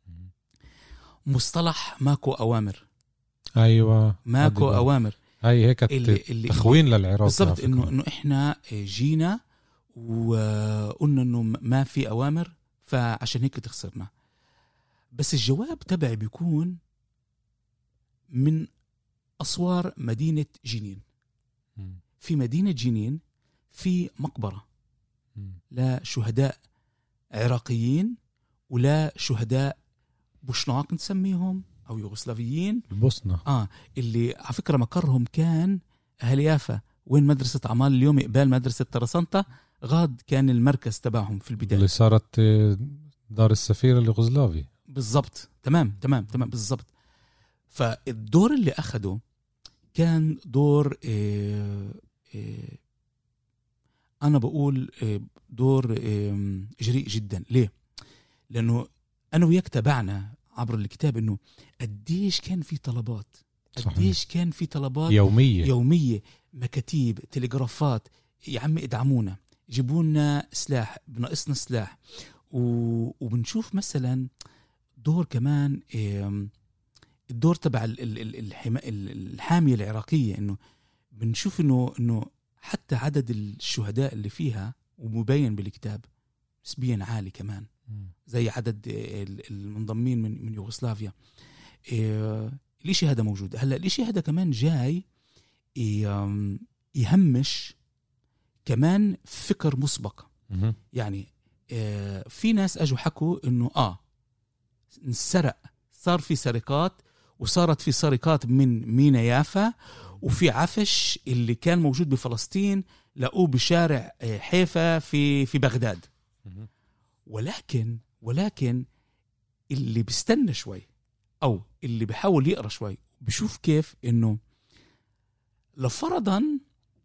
مصطلح ماكو أوامر. أيوة ماكو أوامر، هاي هيك تخوين للعراق بالضبط. إنه إنه إحنا جينا وقلنا إنه ما في أوامر فعشان هيك تخسرنا. بس الجواب تبعي بيكون من أسوار مدينة جنين. في مدينة جنين في مقبرة لا شهداء عراقيين ولا شهداء بوشناق نسميهم أو يوغوسلافيين البوسنة، آه اللي على فكرة مقرهم كان أهل يافا، وين مدرسة أعمال اليوم قبال مدرسة ترسانتا، غاد كان المركز تبعهم في البداية اللي صارت دار السفير اليوغوسلافي. بالضبط، تمام تمام تمام بالضبط. فالدور اللي أخده كان دور إيه إيه أنا بقول إيه دور إيه جريء جدا. ليه؟ لأنه أنا وياك تابعنا عبر الكتاب إنه قديش كان في طلبات، قديش كان في طلبات يومية يومية، مكاتيب، تلغرافات، يا عم ادعمونا، جيبونا سلاح، بناقصنا سلاح. وبنشوف مثلا دور كمان إيه الدور تبع الحامية العراقية، إنه بنشوف إنه إنه حتى عدد الشهداء اللي فيها ومبين بالكتاب نسبيا عالي كمان، زي عدد المنضمين من من يوغوسلافيا. الإشي هذا موجود. هلا الإشي هذا كمان جاي يهمش كمان فكر مسبق. يعني في ناس أجوا حكوا إنه آه انسرق، صار في سرقات، وصارت في سرقات من مينا يافا، وفي عفش اللي كان موجود بفلسطين لقوه بشارع حيفا في في بغداد. ولكن ولكن اللي بيستنى شوي أو اللي بيحاول يقرأ شوي بيشوف كيف إنه لفرضاً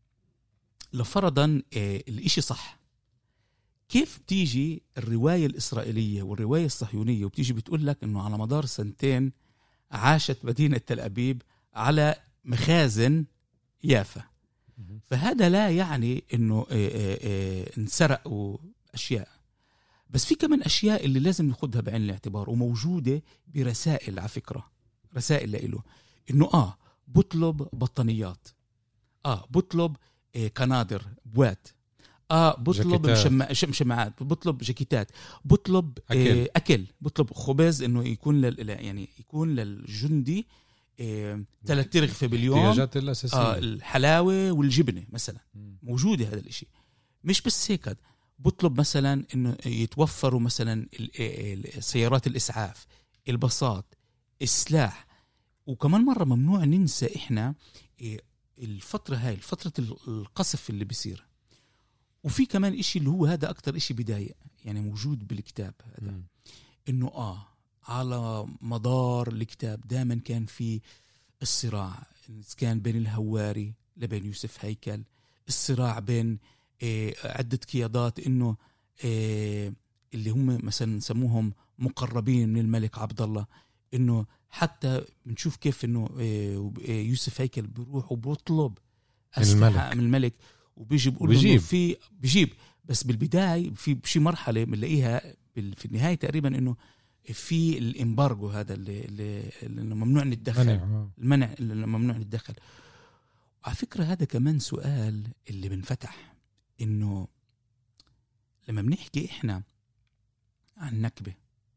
لفرضاً آه الإشي صح، كيف بتيجي الرواية الإسرائيلية والرواية الصهيونية وبتيجي بتقول لك إنه على مدار سنتين عاشت مدينة تل أبيب على مخازن يافا. فهذا لا يعني إنه آه آه آه انسرقوا أشياء، بس في كمان أشياء اللي لازم ناخدها بعين الاعتبار وموجودة برسائل. على فكرة رسائل لإله إنه آه بطلب بطانيات، آه بطلب آه كنادر بوات، آه بطلب مشمع مشمعات، بطلب جاكيتات، بطلب أكل. آه أكل، بطلب خبز إنه يكون لل يعني يكون للجندي آه ثلاث رغفة باليوم، احتياجات الأساسية، آه الحلاوة والجبنة مثلا موجودة. هذا الإشي مش بس هيك، بطلب مثلا إنه يتوفروا مثلا سيارات الإسعاف، الباصات، السلاح. وكمان مرة ممنوع ننسى إحنا الفترة هاي فترة القصف اللي بيصير. وفي كمان إشي اللي هو هذا أكتر إشي بداية يعني موجود بالكتاب هذا م. إنه آه على مدار الكتاب دائما كان في الصراع، كان بين الهواري لبين يوسف هيكل، الصراع بين إيه عدة قيادات، إنه إيه اللي هم مثلا نسموهم مقربين من الملك عبد الله. إنه حتى بنشوف كيف إنه إيه يوسف هيكل بيروح وبيطلب أسلحة من الملك وبيجي بيقول له في بيجيب. بس بالبداية في بشي مرحلة بنلاقيها في النهاية تقريبا إنه في الإمبارجو هذا اللي, اللي, اللي ممنوع نتدخل، المنع اللي ممنوع نتدخل. على فكرة هذا كمان سؤال اللي بنفتح، إنه لما بنحكي إحنا عن نكبة،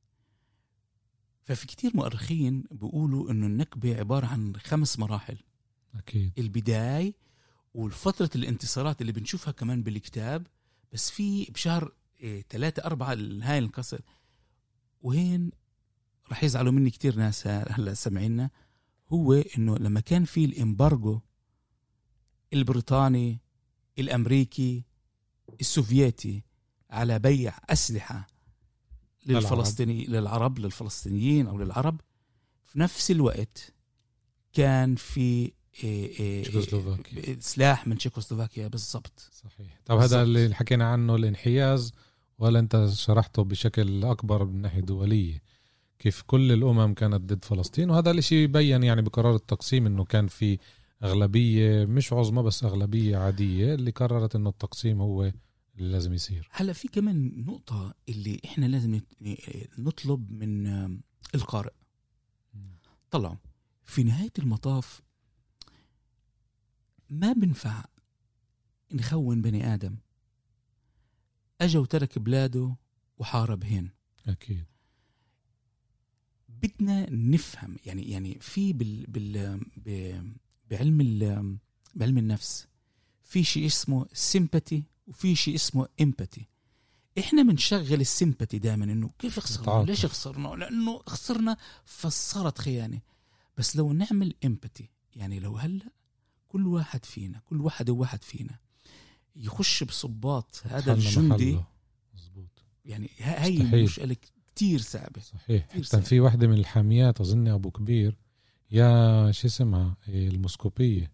ففي كتير مؤرخين بيقولوا إنه النكبة عبارة عن خمس مراحل. أكيد. البداية والفترة الانتصارات اللي بنشوفها كمان بالكتاب، بس في بشهر إيه ثلاثة أربعة هاي القصة. وين رح يزعلوا مني كتير ناس هلا سمعينا، هو إنه لما كان في الإمبارجو البريطاني الأمريكي السوفيتي على بيع أسلحة للفلسطيني للعرب للفلسطينيين أو للعرب، في نفس الوقت كان في تشيكوسلوفاكيا سلاح من تشيكوسلوفاكيا. بالضبط. صحيح. طب بالزبط. هذا اللي حكينا عنه الانحياز، ولا أنت شرحته بشكل أكبر من ناحية دولية، كيف كل الأمم كانت ضد فلسطين، وهذا الشيء يبين يعني بقرار التقسيم إنه كان في أغلبية مش عظمى بس أغلبية عادية اللي قررت إنه التقسيم هو اللي لازم يصير. هلا في كمان نقطة اللي إحنا لازم نطلب من القارئ. طلعوا في نهاية المطاف ما بنفع نخون بني آدم أجا وترك بلاده وحارب هين. أكيد. بدنا نفهم يعني يعني في بال بال بعلم ال بعلم النفس في شيء اسمه سيمباتي وفي شيء اسمه إمباتي. إحنا بنشغل السيمباتي دائما إنه كيف خسرنا، ليش خسرنا، لأنه خسرنا فصارت خيانة. بس لو نعمل إمباتي، يعني لو هلأ كل واحد فينا كل واحد وواحد فينا يخش بصباط هذا الجندي، مزبوط. يعني هاي مشكلة كتير صعبة. صحيح. حتى في واحدة من الحاميات أظن أبو كبير يا شو اسمها المسكوبية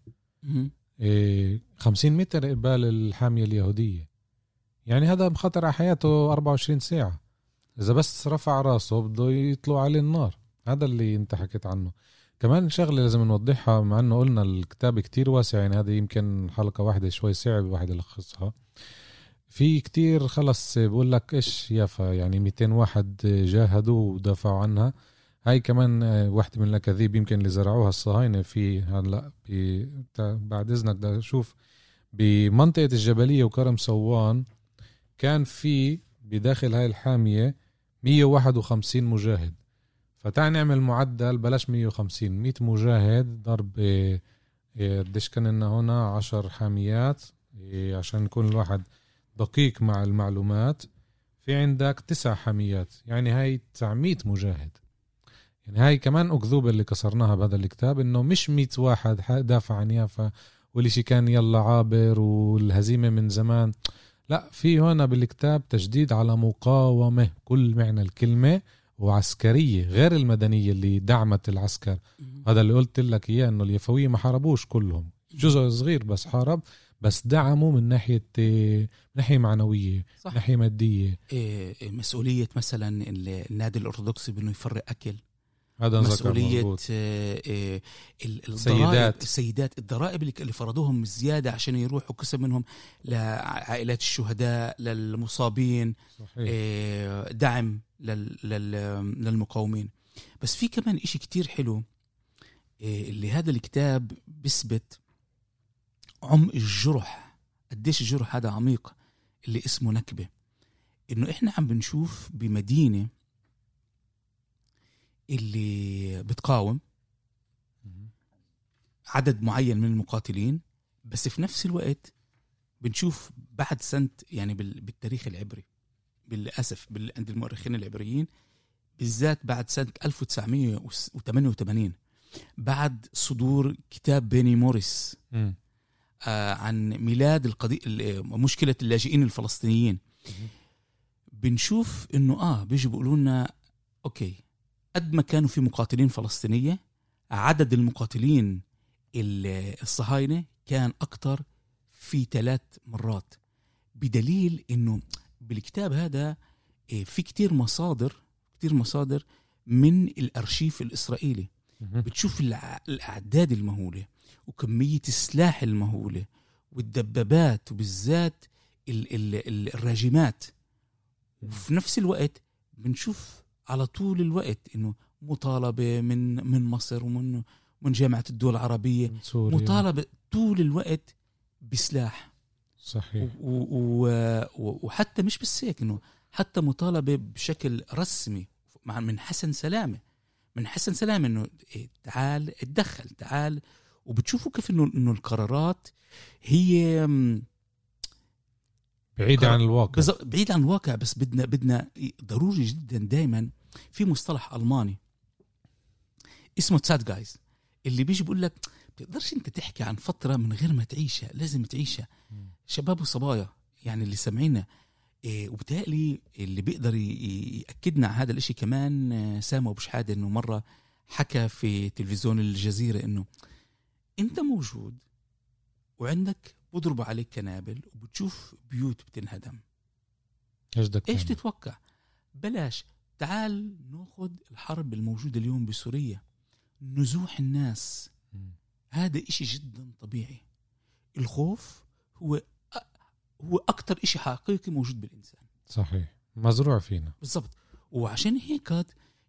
إيه خمسين متر قبال الحامية اليهودية، يعني هذا بخطر على حياته أربعة وعشرين ساعة، إذا بس رفع راسه بده يطلع عليه النار. هذا اللي انت حكيت عنه. كمان شغلة لازم نوضحها، مع انه قلنا الكتاب كتير واسع، يعني هذه يمكن حلقة واحدة شوي صعب واحد يلخصها. في كتير خلص بقول لك ايش يافا، يعني مئتين واحد جاهدوا ودافعوا عنها. هاي كمان واحدة من الأكاذيب يمكن اللي زرعوها الصهاينة في هلا بعد إذنك بدي أشوف بمنطقة الجبلية وكرم صوان كان في بداخل هاي الحامية مية وواحد وخمسين مجاهد. فتعني نعمل معدل بلاش مية وخمسين مية مجاهد ضرب قديش كان لنا هنا عشر حاميات عشان يكون الواحد دقيق مع المعلومات. في عندك تسع حاميات، يعني هاي تسعمية مجاهد. يعني هاي كمان أكذوبة اللي كسرناها بهذا الكتاب، إنه مش مية واحد دافع عن يافا واللي كان يلا عابر والهزيمة من زمان. لا، في هنا بالكتاب تشديد على مقاومة كل معنى الكلمة، وعسكرية غير المدنية اللي دعمت العسكر. هذا اللي قلت لك إياه، إنه اليفوية ما حاربوش كلهم، جزء صغير بس حارب، بس دعموا من ناحية ناحية معنوية، صح. ناحية مادية. إيه مسؤولية مثلا النادي الأرثوذكسي بأنه يفرق أكل، هذا مسؤولية إيه السيدات السيدات الضرائب اللي فرضوهم زيادة عشان يروحوا قسم منهم لعائلات الشهداء للمصابين، إيه دعم لل لل للمقاومين. بس في كمان إشي كتير حلو إيه اللي هذا الكتاب بيثبت عمق الجرح، قديش الجرح هذا عميق اللي اسمه نكبة. إنه إحنا عم بنشوف بمدينة اللي بتقاوم عدد معين من المقاتلين، بس في نفس الوقت بنشوف بعد سنة يعني بالتاريخ العبري بالأسف عند المؤرخين العبريين بالذات بعد سنة ألف وتسعمية وثمانية وثمانين بعد صدور كتاب بيني موريس آه عن ميلاد القضية مشكلة اللاجئين الفلسطينيين، بنشوف إنه آه بيجوا بيقولوا لنا أوكي قد ما كانوا في مقاتلين فلسطينية، عدد المقاتلين الصهاينة كان أكتر في ثلاث مرات، بدليل إنه بالكتاب هذا في كتير مصادر كتير مصادر من الأرشيف الإسرائيلي. بتشوف الأعداد المهولة وكمية السلاح المهولة والدبابات وبالذات ال ال الراجمات، وفي نفس الوقت بنشوف على طول الوقت إنه مطالبة من من مصر ومن من جامعة الدول العربية، سوريا. مطالبة طول الوقت بسلاح. صحيح. و و و وحتى مش بس هيك، إنه حتى مطالبة بشكل رسمي مع من حسن سلامة من حسن سلامة إنه إيه تعال اتدخل تعال. وبتشوفوا كيف إنه إنه القرارات هي بعيدة عن الواقع، بعيد عن الواقع. بس بدنا بدنا ضروري جدا دايما في مصطلح ألماني اسمه تسات جايز، اللي بيجي بيقول لك بتقدرش انت تحكي عن فترة من غير ما تعيشها، لازم تعيشها. شباب وصبايا يعني اللي سمعينا إيه، وبالتالي اللي بيقدر يأكدنا على هذا الاشي كمان سامو بشحادة، انه مرة حكى في تلفزيون الجزيرة انه انت موجود وعندك بضربوا عليك كنابل وبتشوف بيوت بتنهدم، ايش تتوقع؟ بلاش تعال ناخذ الحرب الموجودة اليوم بسوريا، نزوح الناس. م. هذا إشي جدا طبيعي. الخوف هو هو أكتر إشي حقيقي موجود بالإنسان. صحيح، مزروع فينا بالضبط. وعشان هيك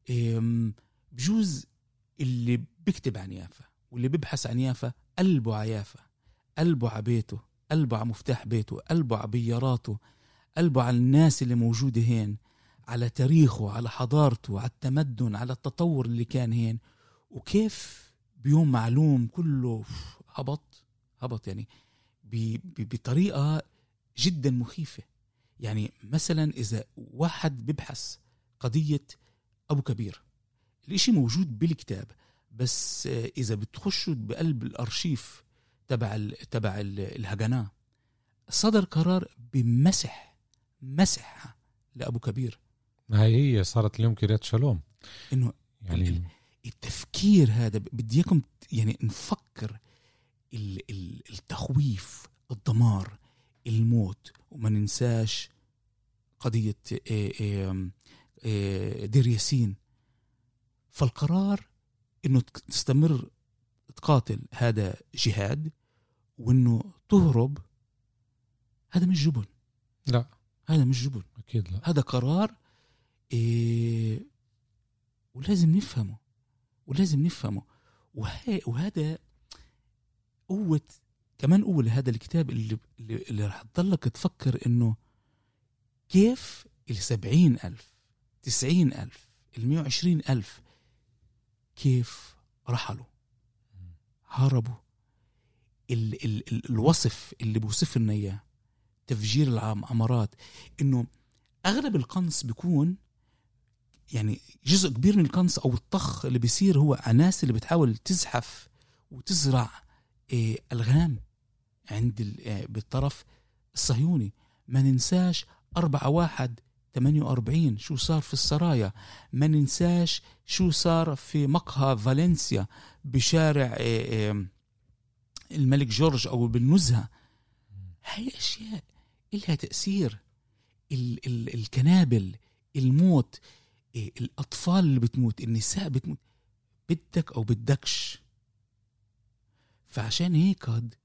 بجوز اللي بيكتب عن يافا واللي بيبحث عن يافا قلبه على يافا، قلبه على بيته، قلبه على مفتاح بيته، قلبه على بياراته، قلبه على الناس اللي موجودة هين، على تاريخه، على حضارته، على التمدن، على التطور اللي كان هين. وكيف بيوم معلوم كله هبط هبط يعني بطريقة جدا مخيفة. يعني مثلا إذا واحد بيبحث قضية أبو كبير، الاشي موجود بالكتاب، بس إذا بتخشوا بقلب الأرشيف تبع تبع الهجناء، صدر قرار بمسح مسح لأبو كبير. هاي هي صارت اليوم كريات شلوم. إنه يعني التفكير هذا بدي إياكم يعني نفكر التخويف، الدمار، الموت. وما ننساش قضية دير ياسين. فالقرار إنه تستمر تقاتل هذا جهاد، وإنه تهرب هذا مش جبن. لا، هذا مش جبن، أكيد لا. هذا قرار إيه ولازم نفهمه ولازم نفهمه وهي وهذا قوة كمان قوة لهذا الكتاب اللي اللي راح تضلك تفكر إنه كيف السبعين ألف تسعين ألف المية وعشرين ألف كيف رحلوا هربوا. ال ال ال الوصف اللي بوصف لنا إياه تفجير العمارات، إنه أغلب القنص بيكون يعني جزء كبير من القنص أو الطخ اللي بيصير هو ناس اللي بتحاول تزحف وتزرع إيه ألغام عند بالطرف الصهيوني. ما ننساش أربعة واحد ثمانية وأربعين شو صار في السرايا. ما ننساش شو صار في مقهى فالنسيا بشارع إيه إيه الملك جورج أو بالنزهة. هاي أشياء إلها تأثير. ال ال الكنابل، الموت، إيه الأطفال اللي بتموت، النساء بتموت، بدك أو بدكش. فعشان هيك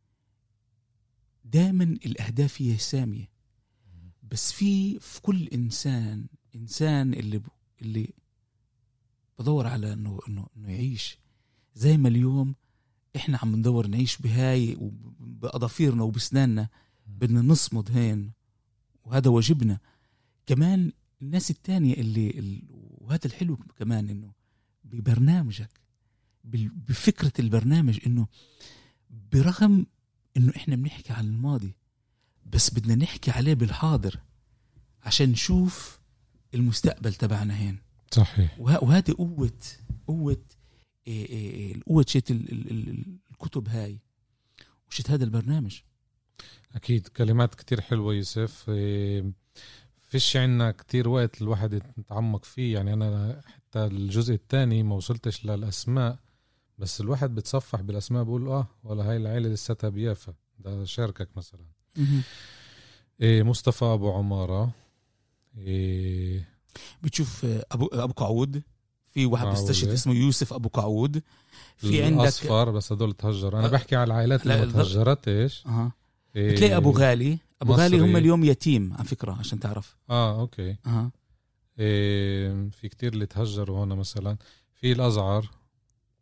دائما الأهداف هي سامية، بس في في كل إنسان إنسان اللي ب... اللي بدور على إنه إنه إنه يعيش زي ما اليوم إحنا عم ندور نعيش بهاي وبأظافيرنا وبسناننا، بدنا نصمد هين وهذا واجبنا. كمان الناس التانية اللي ال... وهذا الحلو كمان إنه ببرنامجك بفكرة البرنامج إنه برغم إنه إحنا بنحكي عن الماضي بس بدنا نحكي عليه بالحاضر عشان نشوف المستقبل تبعنا هين. صحيح. وه... وهذه قوة قوة إيه إيه القوة شيت ال... ال... الكتب هاي وشيت هذا البرنامج. أكيد كلمات كتير حلوة يوسف. إيه فيش عنا كتير وقت الواحد يتعمق فيه. يعني أنا حتى الجزء الثاني ما وصلتش للأسماء، بس الواحد بتصفح بالأسماء بقول آه ولا هاي العائلة لساتها بيافا. ده شاركك مثلا إيه مصطفى أبو عمارة. إيه بتشوف أبو أبو قعود، في واحد بيستشهد اسمه يوسف أبو قعود. في عندك أصفر بس هدول تهجر. أنا بحكي على العائلات اللي ما تهجرتش. أه. إيه بتلاقي أبو غالي أبو مصري. غالي هم اليوم يتيم على فكرة عشان تعرف. آه أوكي. أه. إيه في كتير اللي تهجروا هنا مثلا. في الأزعر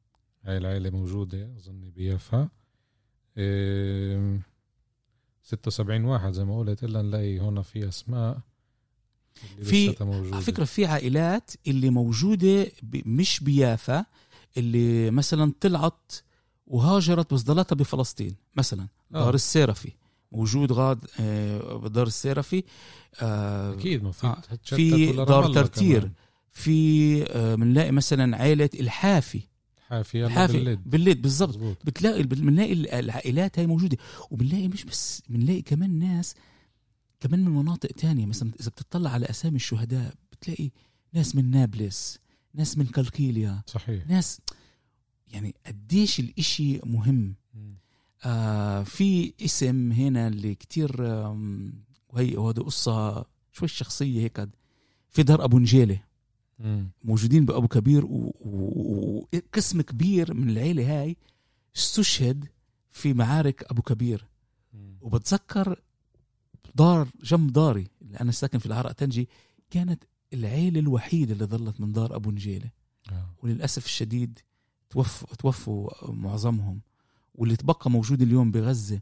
هاي العائلة موجودة أظن بيافا. إيه ستة وسبعين واحد زي ما قلت، إلا نلاقي هنا في أسماء في على فكرة في عائلات اللي موجودة مش بيافا، اللي مثلا طلعت وهاجرت بس ضلتها بفلسطين مثلا. آه. دار السيرفي موجود غاد آه بدار السيرفي آه أكيد ما في آه في دار ترتير، في آه منلاقي مثلا عائلة الحافي حافي الحافي بالليد بالضبط. بتلاقي بنلاقي العائلات هاي موجودة، وبنلاقي مش بس بنلاقي كمان ناس كمان من مناطق تانية. مثلا إذا بتطلع على أسامي الشهداء بتلاقي ناس من نابلس، ناس من كالكيليا، صحيح. ناس يعني قديش الإشي مهم. آه في اسم هنا اللي كتير وهي وهذا قصة شوي شخصية هيك، في دار أبو نجيلة موجودين بأبو كبير، وقسم كبير من العيلة هاي استشهد في معارك أبو كبير. وبتذكر دار جنب داري اللي أنا ساكن في العراء تنجي كانت العيلة الوحيدة اللي ظلت من دار أبو نجيلة. آه. وللأسف الشديد توفوا توفوا معظمهم، واللي تبقى موجود اليوم بغزة.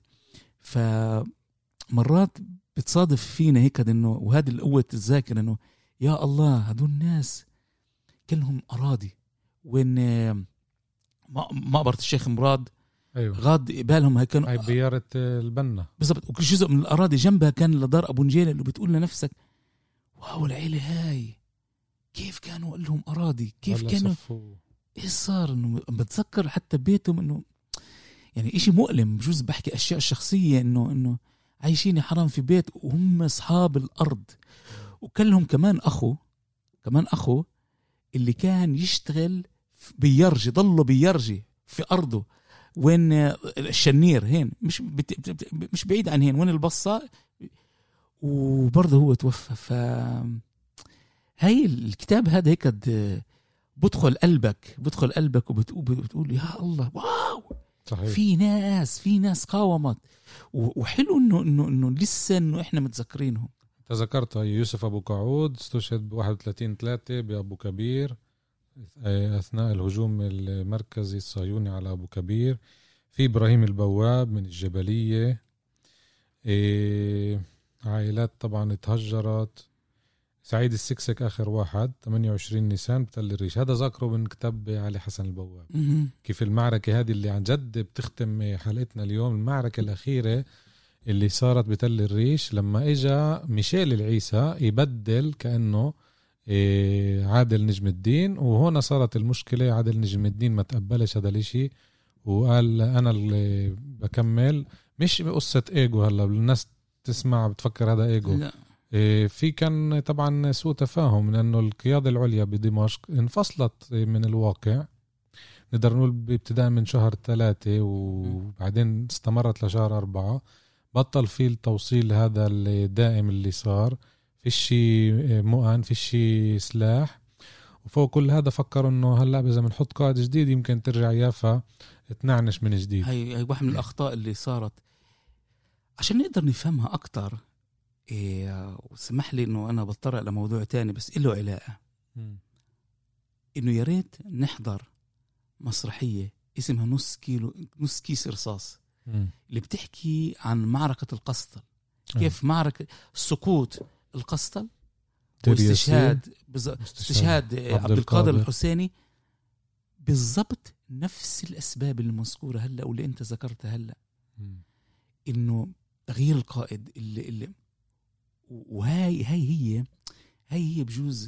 فمرات بتصادف فينا هيك إنه، وهذه القوة الذاكرة، إنه يا الله هدول الناس كلهم أراضي وين مقبرة الشيخ مراد. أيوة. غاد بالهم هاي كانوا هاي بيارة البنا بالضبط، وكل جزء من الأراضي جنبها كان لدار أبو نجيلة. اللي بتقول لنفسك واو العيلة هاي كيف كانوا لهم أراضي، كيف كانوا صفو. إيه صار إنه بتذكر حتى بيتهم إنه يعني إشي مؤلم. بجوز بحكي أشياء شخصية إنه إنه عايشين حرام في بيت وهم أصحاب الأرض. وكلهم كمان أخو كمان أخو اللي كان يشتغل بيرجي، ضله بيرجي في أرضه وين الشنير هين، مش بت... مش بعيد عن هين وين البصة، وبرضه هو توفى. ف هاي الكتاب هذا هيك بدخل قلبك بدخل قلبك وبتقول يا الله واو صحيح. في ناس في ناس قاومت، وحلو انه انه انه لسه انه احنا متذكرينهم. تذكرت يوسف ابو قعود استشهد ب واحد وثلاثين ثلاثة بابو كبير اثناء الهجوم المركزي الصهيوني على ابو كبير. في ابراهيم البواب من الجبلية. إيه عائلات طبعا اتهجرت. سعيد السكسك آخر واحد ثمانية وعشرين نيسان بتل الريش. هذا ذاكره من كتاب علي حسن البواب. كيف المعركة هذه اللي عن جد بتختم حلقتنا اليوم، المعركة الأخيرة اللي صارت بتل الريش لما إجا ميشيل العيسى يبدل كأنه إيه عادل نجم الدين. وهنا صارت المشكلة، عادل نجم الدين ما تقبلش هذا الاشي وقال أنا اللي بكمل. مش قصة إيجو، هلا الناس تسمع بتفكر هذا إيجو. لا. في كان طبعا سوء تفاهم لأنه القيادة العليا بدمشق انفصلت من الواقع، نقدر نقول بابتداء من شهر ثلاثة وبعدين استمرت لشهر أربعة. بطل فيه التوصيل هذا الدائم اللي صار، فيشي مؤن فيشي سلاح. وفوق كل هذا فكروا انه هلا اذا بنحط قائد جديد يمكن ترجع يافا تنعنش من جديد. هي هي واحد من الاخطاء اللي صارت. عشان نقدر نفهمها اكتر إيه، وسمح لي انه انا بضطر لموضوع تاني بس له علاقه، انه يا ريت نحضر مسرحيه اسمها نص كيلو نص كيس رصاص م. اللي بتحكي عن معركه القسطل. كيف م. معركه سقوط القسطل واستشهاد بز... استشهاد عبد القادر الحسيني بالضبط نفس الاسباب المذكوره هلا واللي انت ذكرتها هلا، انه تغيير القائد اللي, اللي وهاي هاي هي هاي هي بجوز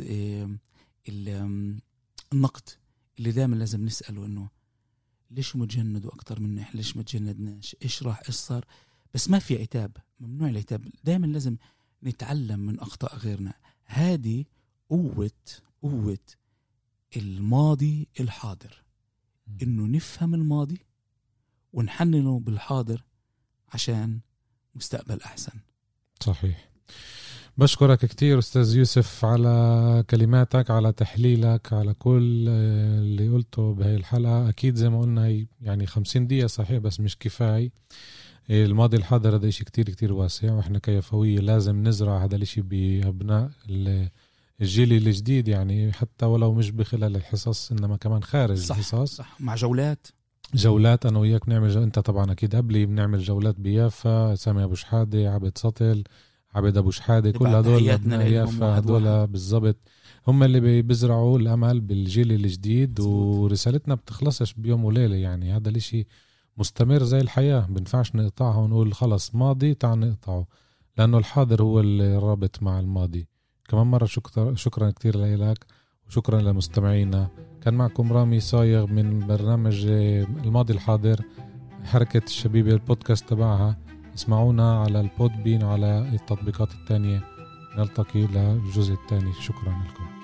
النقد اللي دائما لازم نسأله، انه ليش متجندوا اكتر منا، ليش ما تجندناش، ايش راح ايش صار. بس ما في عتاب، ممنوع العتاب. دائما لازم نتعلم من اخطاء غيرنا. هذه قوة قوة الماضي الحاضر، انه نفهم الماضي ونحننه بالحاضر عشان مستقبل احسن. صحيح. بشكرك كتير أستاذ يوسف على كلماتك، على تحليلك، على كل اللي قلته بهاي الحلقة. أكيد زي ما قلنا هي يعني خمسين دقيقة صحيح بس مش كفاية. الماضي الحاضر هذا إشي كتير كتير واسع، وإحنا كيفوية لازم نزرع هذا الإشي بأبناء الجيل الجديد، يعني حتى ولو مش بخلال الحصص إنما كمان خارج صح الحصص. صح، مع جولات جولات أنا وياك بنعمل جو... أنت طبعا أكيد قبلي بنعمل جولات بيافا، سامي أبو شحادة، عبد سطل، عبد أبو شحادة، كل هدول يافا هدول بالضبط هم اللي بيزرعوا الأمل بالجيل الجديد. ورسالتنا بتخلصش بيوم وليلة، يعني هذا الاشي مستمر زي الحياة، بنفعش نقطعها ونقول خلص ماضي تعال نقطعه، لأنه الحاضر هو اللي رابط مع الماضي. كمان مرة شكرا شكرا كتير لك وشكرا لمستمعينا. كان معكم رامي صايغ من برنامج الماضي الحاضر، حركة الشبيبة البودكاست تبعها. اسمعونا على البودبين على التطبيقات التانية. نلتقي للجزء الثاني. شكرا لكم.